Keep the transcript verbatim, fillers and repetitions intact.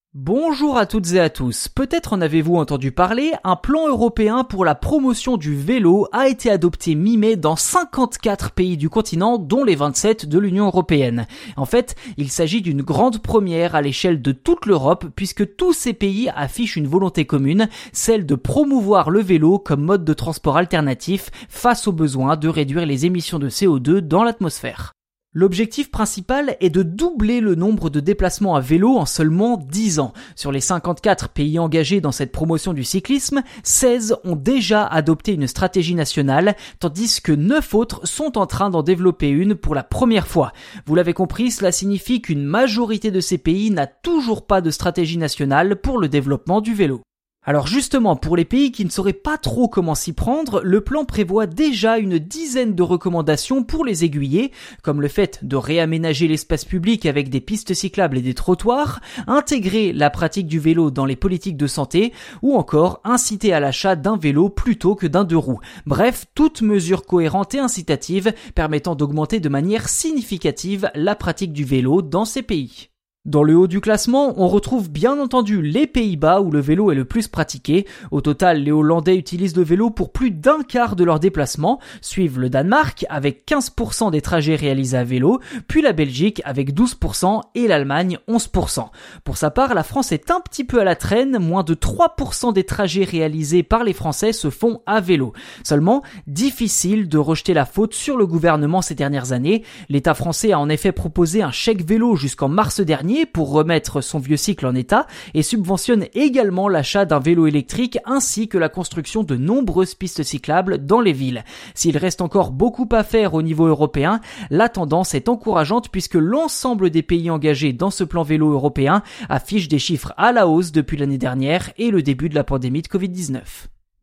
Bonjour à toutes et à tous. Peut-être en avez-vous entendu parler, un plan européen pour la promotion du vélo a été adopté mi-mai dans cinquante-quatre pays du continent, dont les vingt-sept de l'Union européenne. En fait, il s'agit d'une grande première à l'échelle de toute l'Europe, puisque tous ces pays affichent une volonté commune, celle de promouvoir le vélo comme mode de transport alternatif face au besoin de réduire les émissions de C O deux dans l'atmosphère. L'objectif principal est de doubler le nombre de déplacements à vélo en seulement dix ans. Sur les cinquante-quatre pays engagés dans cette promotion du cyclisme, seize ont déjà adopté une stratégie nationale, tandis que neuf autres sont en train d'en développer une pour la première fois. Vous l'avez compris, cela signifie qu'une majorité de ces pays n'a toujours pas de stratégie nationale pour le développement du vélo. Alors justement, pour les pays qui ne sauraient pas trop comment s'y prendre, le plan prévoit déjà une dizaine de recommandations pour les aiguiller, comme le fait de réaménager l'espace public avec des pistes cyclables et des trottoirs, intégrer la pratique du vélo dans les politiques de santé, ou encore inciter à l'achat d'un vélo plutôt que d'un deux roues. Bref, toute mesure cohérente et incitative permettant d'augmenter de manière significative la pratique du vélo dans ces pays. Dans le haut du classement, on retrouve bien entendu les Pays-Bas où le vélo est le plus pratiqué. Au total, les Hollandais utilisent le vélo pour plus d'un quart de leurs déplacements, suivent le Danemark avec quinze pour cent des trajets réalisés à vélo, puis la Belgique avec douze pour cent et l'Allemagne onze pour cent. Pour sa part, la France est un petit peu à la traîne, moins de trois pour cent des trajets réalisés par les Français se font à vélo. Seulement, difficile de rejeter la faute sur le gouvernement ces dernières années. L'État français a en effet proposé un chèque vélo jusqu'en mars dernier pour remettre son vieux cycle en état et subventionne également l'achat d'un vélo électrique ainsi que la construction de nombreuses pistes cyclables dans les villes. S'il reste encore beaucoup à faire au niveau européen, la tendance est encourageante puisque l'ensemble des pays engagés dans ce plan vélo européen affichent des chiffres à la hausse depuis l'année dernière et le début de la pandémie de covid dix-neuf.